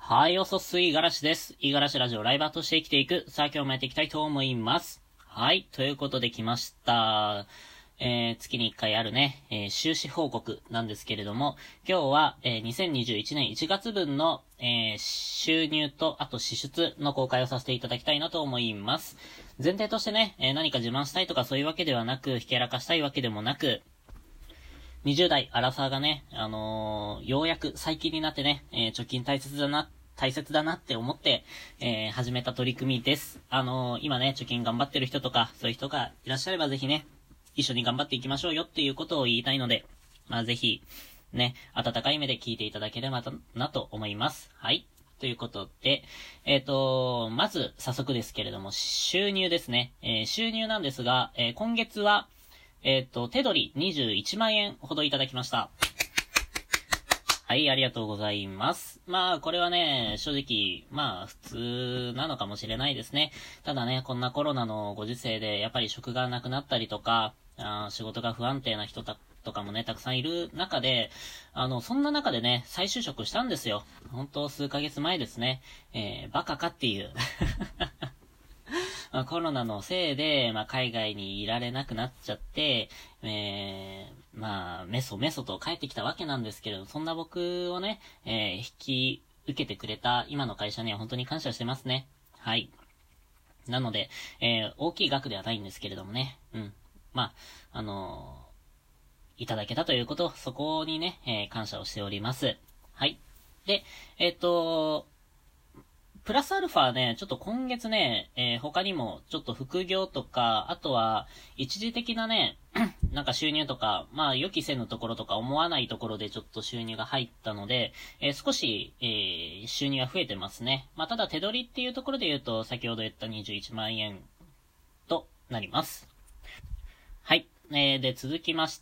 はい、おそすいがらしです。いがらしラジオライバーとして生きていく。さあ今日もやっていきたいと思います。はい、ということで来ました。月に1回あるね、収支報告なんですけれども、今日は、2021年1月分の、収入とあと支出の公開をさせていただきたいなと思います。前提としてね、何か自慢したいとかそういうわけではなく、ひけらかしたいわけでもなく、20代アラサーがね、ようやく最近になってね、貯金大切だなって思って、始めた取り組みです。今ね、貯金頑張ってる人とか、そういう人がいらっしゃればぜひね、一緒に頑張っていきましょうよっていうことを言いたいので、ぜひ、ね、温かい目で聞いていただければなと思います。はい。ということで、まず、早速ですけれども、収入ですね。収入なんですが、今月は、手取り21万円ほどいただきました。はい、ありがとうございます。これはね、正直、普通なのかもしれないですね。ただね、こんなコロナのご時世で、やっぱり職がなくなったりとか、仕事が不安定な人とかもね、たくさんいる中で、そんな中でね、再就職したんですよ。本当数ヶ月前ですね。バカかっていう。コロナのせいで、海外にいられなくなっちゃって、メソメソと帰ってきたわけなんですけれど、そんな僕をね、引き受けてくれた今の会社には本当に感謝してますね。はい。なので、大きい額ではないんですけれどもね。いただけたということ、そこにね、感謝をしております。はい。で、プラスアルファね、ちょっと今月ね、他にもちょっと副業とか、あとは一時的なね、なんか収入とか、予期せぬところとか思わないところでちょっと収入が入ったので、少し、収入が増えてますね。ただ手取りっていうところで言うと、先ほど言った21万円となります。はい。で、続きまして、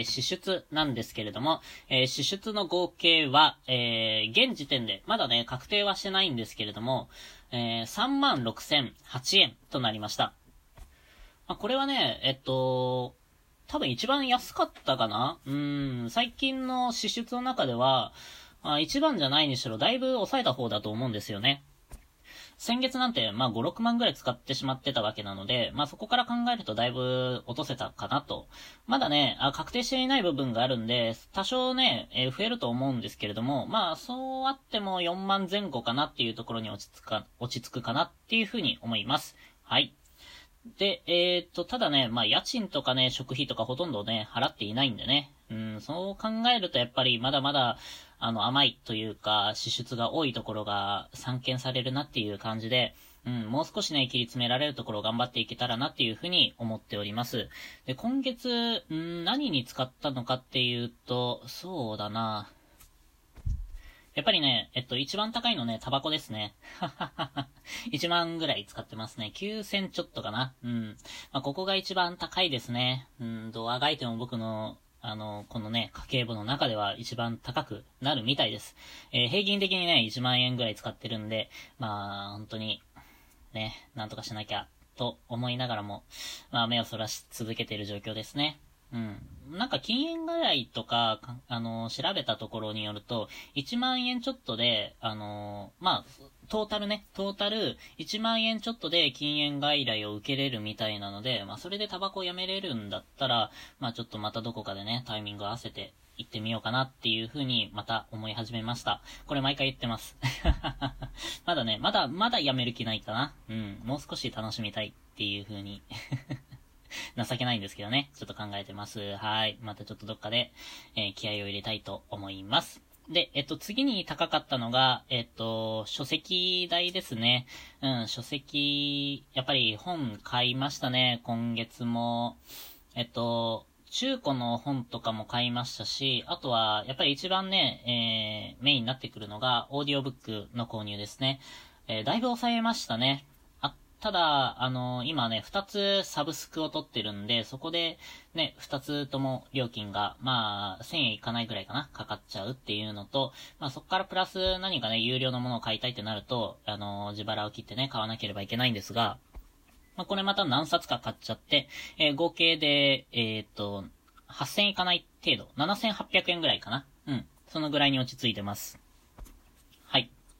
支出なんですけれども、支出の合計は、現時点で、まだね、確定はしてないんですけれども、36,008円となりました。これはね、多分一番安かったかな？最近の支出の中では、一番じゃないにしろ、だいぶ抑えた方だと思うんですよね。先月なんて、5、6万ぐらい使ってしまってたわけなので、そこから考えるとだいぶ落とせたかなと。まだね、確定していない部分があるんで、多少ね、増えると思うんですけれども、そうあっても4万前後かなっていうところに落ち着くかなっていうふうに思います。はい。で、ただね、家賃とかね、食費とかほとんどね、払っていないんでね。そう考えるとやっぱりまだまだ、甘いというか、支出が多いところが散見されるなっていう感じで、もう少しね、切り詰められるところを頑張っていけたらなっていうふうに思っております。で、今月、何に使ったのかっていうと、そうだな。やっぱりね、一番高いのね、タバコですね。1万ぐらい使ってますね。9000ちょっとかな。ここが一番高いですね。どうあがいても僕の、このね、家計簿の中では一番高くなるみたいです。平均的にね、1万円ぐらい使ってるんで、本当に、ね、なんとかしなきゃ、と思いながらも、目をそらし続けている状況ですね。なんか禁煙払いとか、調べたところによると、1万円ちょっとで、トータル1万円ちょっとで禁煙外来を受けれるみたいなので、それでタバコをやめれるんだったら、ちょっとまたどこかでね、タイミングを合わせて行ってみようかなっていう風にまた思い始めました。これ毎回言ってます。まだね、まだやめる気ないかな。もう少し楽しみたいっていう風に。情けないんですけどね。ちょっと考えてます。はい。またちょっとどっかで、気合を入れたいと思います。で、次に高かったのが、書籍代ですね。書籍、やっぱり本買いましたね。今月も。中古の本とかも買いましたし、あとは、やっぱり一番ね、メインになってくるのが、オーディオブックの購入ですね。だいぶ抑えましたね。ただ、今ね、2つサブスクを取ってるんで、そこでね、2つとも料金が、1000円いかないぐらいかな、かかっちゃうっていうのと、そこからプラス何かね、有料のものを買いたいってなると、自腹を切ってね、買わなければいけないんですが、これまた何冊か買っちゃって、合計で、8000円いかない程度、7800円ぐらいかな。そのぐらいに落ち着いてます。はい。そ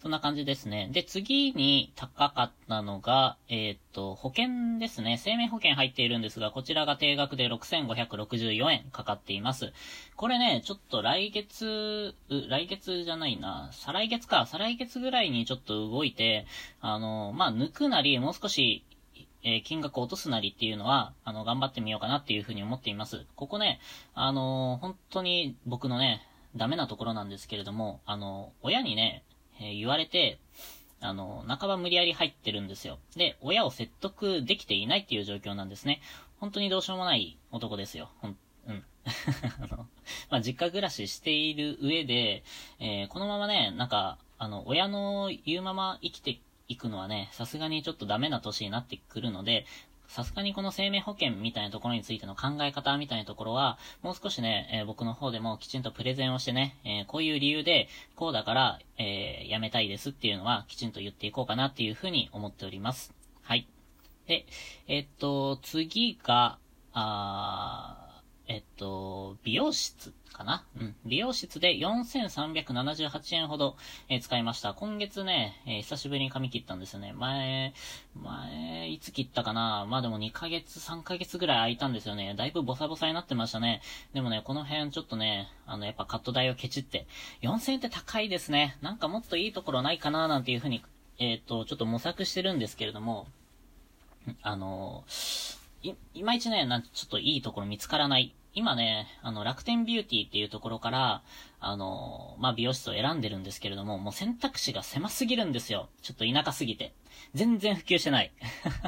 そんな感じですね。で、次に高かったのが、保険ですね。生命保険入っているんですが、こちらが定額で6564円かかっています。これね、ちょっと来月じゃないな、再来月ぐらいにちょっと動いて、抜くなり、もう少し、金額を落とすなりっていうのは、頑張ってみようかなっていうふうに思っています。ここね、本当に僕のね、ダメなところなんですけれども、親にね、言われて、半ば無理やり入ってるんですよ。で、親を説得できていないっていう状況なんですね。本当にどうしようもない男ですよ。実家暮らししている上で、このままね、親の言うまま生きていくのはね、さすがにちょっとダメな年になってくるので、さすがにこの生命保険みたいなところについての考え方みたいなところは、もう少しね、僕の方でもきちんとプレゼンをしてね、こういう理由で、こうだから、やめたいですっていうのは、きちんと言っていこうかなっていうふうに思っております。はい。で、次が、美容室かな。美容室で4378円ほど、使いました。今月ね、久しぶりに髪切ったんですよね。いつ切ったかな。でも2ヶ月、3ヶ月ぐらい空いたんですよね。だいぶボサボサになってましたね。でもね、この辺ちょっとね、やっぱカット代をケチって、4000円って高いですね。なんかもっといいところないかななんていうふうに、ちょっと模索してるんですけれども、いまいちね、ちょっといいところ見つからない。今ね、楽天ビューティーっていうところから、美容室を選んでるんですけれども、もう選択肢が狭すぎるんですよ。ちょっと田舎すぎて。全然普及してない。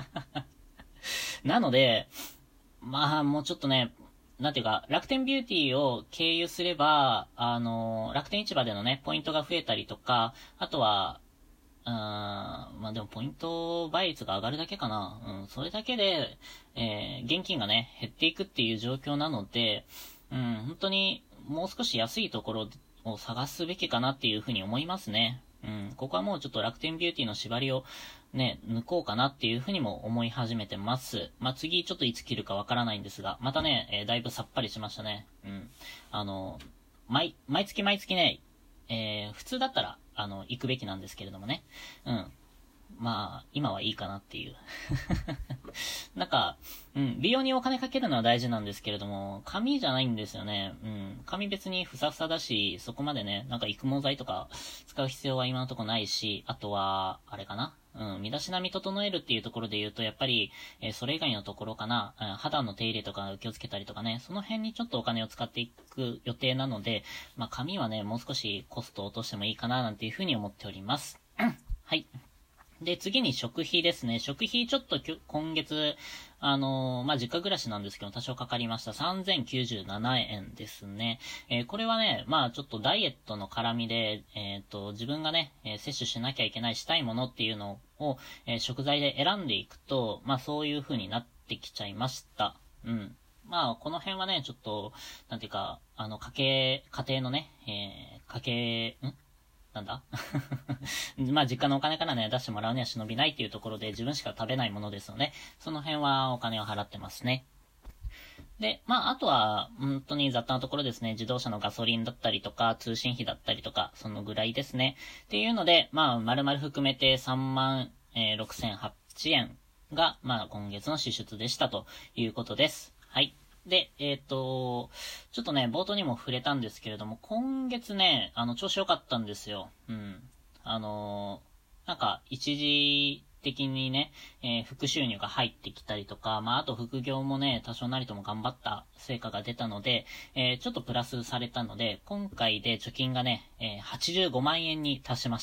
なので、もうちょっとね、なんていうか、楽天ビューティーを経由すれば、楽天市場でのね、ポイントが増えたりとか、あとは、でもポイント倍率が上がるだけかな。それだけで、現金がね、減っていくっていう状況なので、本当にもう少し安いところを探すべきかなっていうふうに思いますね。ここはもうちょっと楽天ビューティーの縛りをね、抜こうかなっていうふうにも思い始めてます。次ちょっといつ切るかわからないんですが、またね、だいぶさっぱりしましたね。毎月ね、普通だったら、行くべきなんですけれどもね。今はいいかなっていう。美容にお金かけるのは大事なんですけれども、髪じゃないんですよね。髪別にふさふさだし、そこまでね、育毛剤とか使う必要は今のところないし、あとは、あれかな。身だしなみ整えるっていうところで言うと、やっぱり、それ以外のところかな、肌の手入れとか気をつけたりとかね、その辺にちょっとお金を使っていく予定なので、髪はね、もう少しコストを落としてもいいかな、なんていうふうに思っております。はい。で、次に食費ですね。食費ちょっと今月、実家暮らしなんですけど、多少かかりました。3097円ですね。これはね、ちょっとダイエットの絡みで、自分がね、摂取しなきゃいけないしたいものっていうのを、食材で選んでいくと、そういう風になってきちゃいました。この辺はね、ちょっと、なんていうか、家庭のね、なんだ実家のお金からね、出してもらうには忍びないっていうところで自分しか食べないものですので、その辺はお金を払ってますね。で、あとは、本当に雑多なところですね。自動車のガソリンだったりとか、通信費だったりとか、そのぐらいですね。っていうので、丸々含めて36,008円が、今月の支出でしたということです。はい。で、ちょっとね、冒頭にも触れたんですけれども、今月ね、調子良かったんですよ。一時的にね、副収入が入ってきたりとか、あと副業もね、多少なりとも頑張った成果が出たので、ちょっとプラスされたので、今回で貯金がね、85万円に達しました。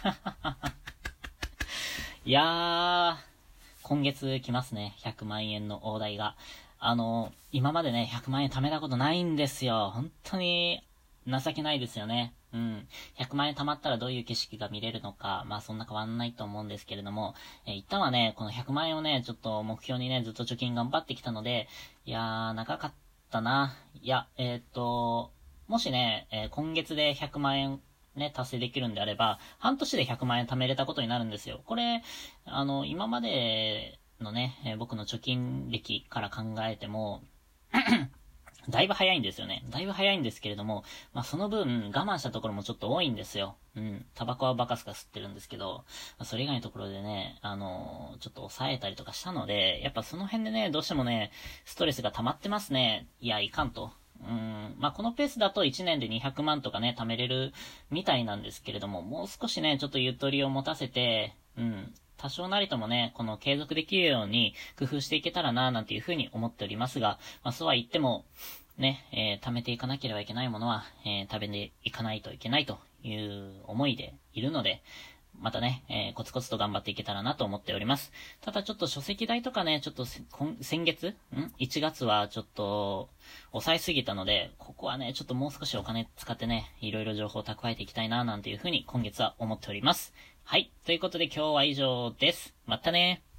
いやー、今月来ますね、100万円の大台が。今までね、100万円貯めたことないんですよ。本当に情けないですよね。100万円貯まったらどういう景色が見れるのか、そんな変わんないと思うんですけれども、一旦はね、この100万円をね、ちょっと目標にね、ずっと貯金頑張ってきたので、いやー、長かったな。いや、もしね、今月で100万円ね、達成できるんであれば、半年で100万円貯めれたことになるんですよ。これ、今までのね、僕の貯金歴から考えても、 だいぶ早いんですよね。だいぶ早いんですけれども、まあその分我慢したところもちょっと多いんですよ。タバコはバカスカ吸ってるんですけど、それ以外のところでね、ちょっと抑えたりとかしたので、やっぱその辺でね、どうしてもね、ストレスが溜まってますね。いや、いかんと。まあこのペースだと1年で200万とかね、貯めれるみたいなんですけれども、もう少しね、ちょっとゆとりを持たせて、多少なりともね、この継続できるように工夫していけたらな、なんていうふうに思っておりますが、まあそうは言っても、ね、貯めていかなければいけないものは、食べていかないといけないという思いでいるので、またね、コツコツと頑張っていけたらなと思っております。ただちょっと書籍代とかね、ちょっと先月 ?1 月はちょっと抑えすぎたので、ここはね、ちょっともう少しお金使ってね、いろいろ情報を蓄えていきたいな、なんていうふうに今月は思っております。はい。ということで今日は以上です。またね。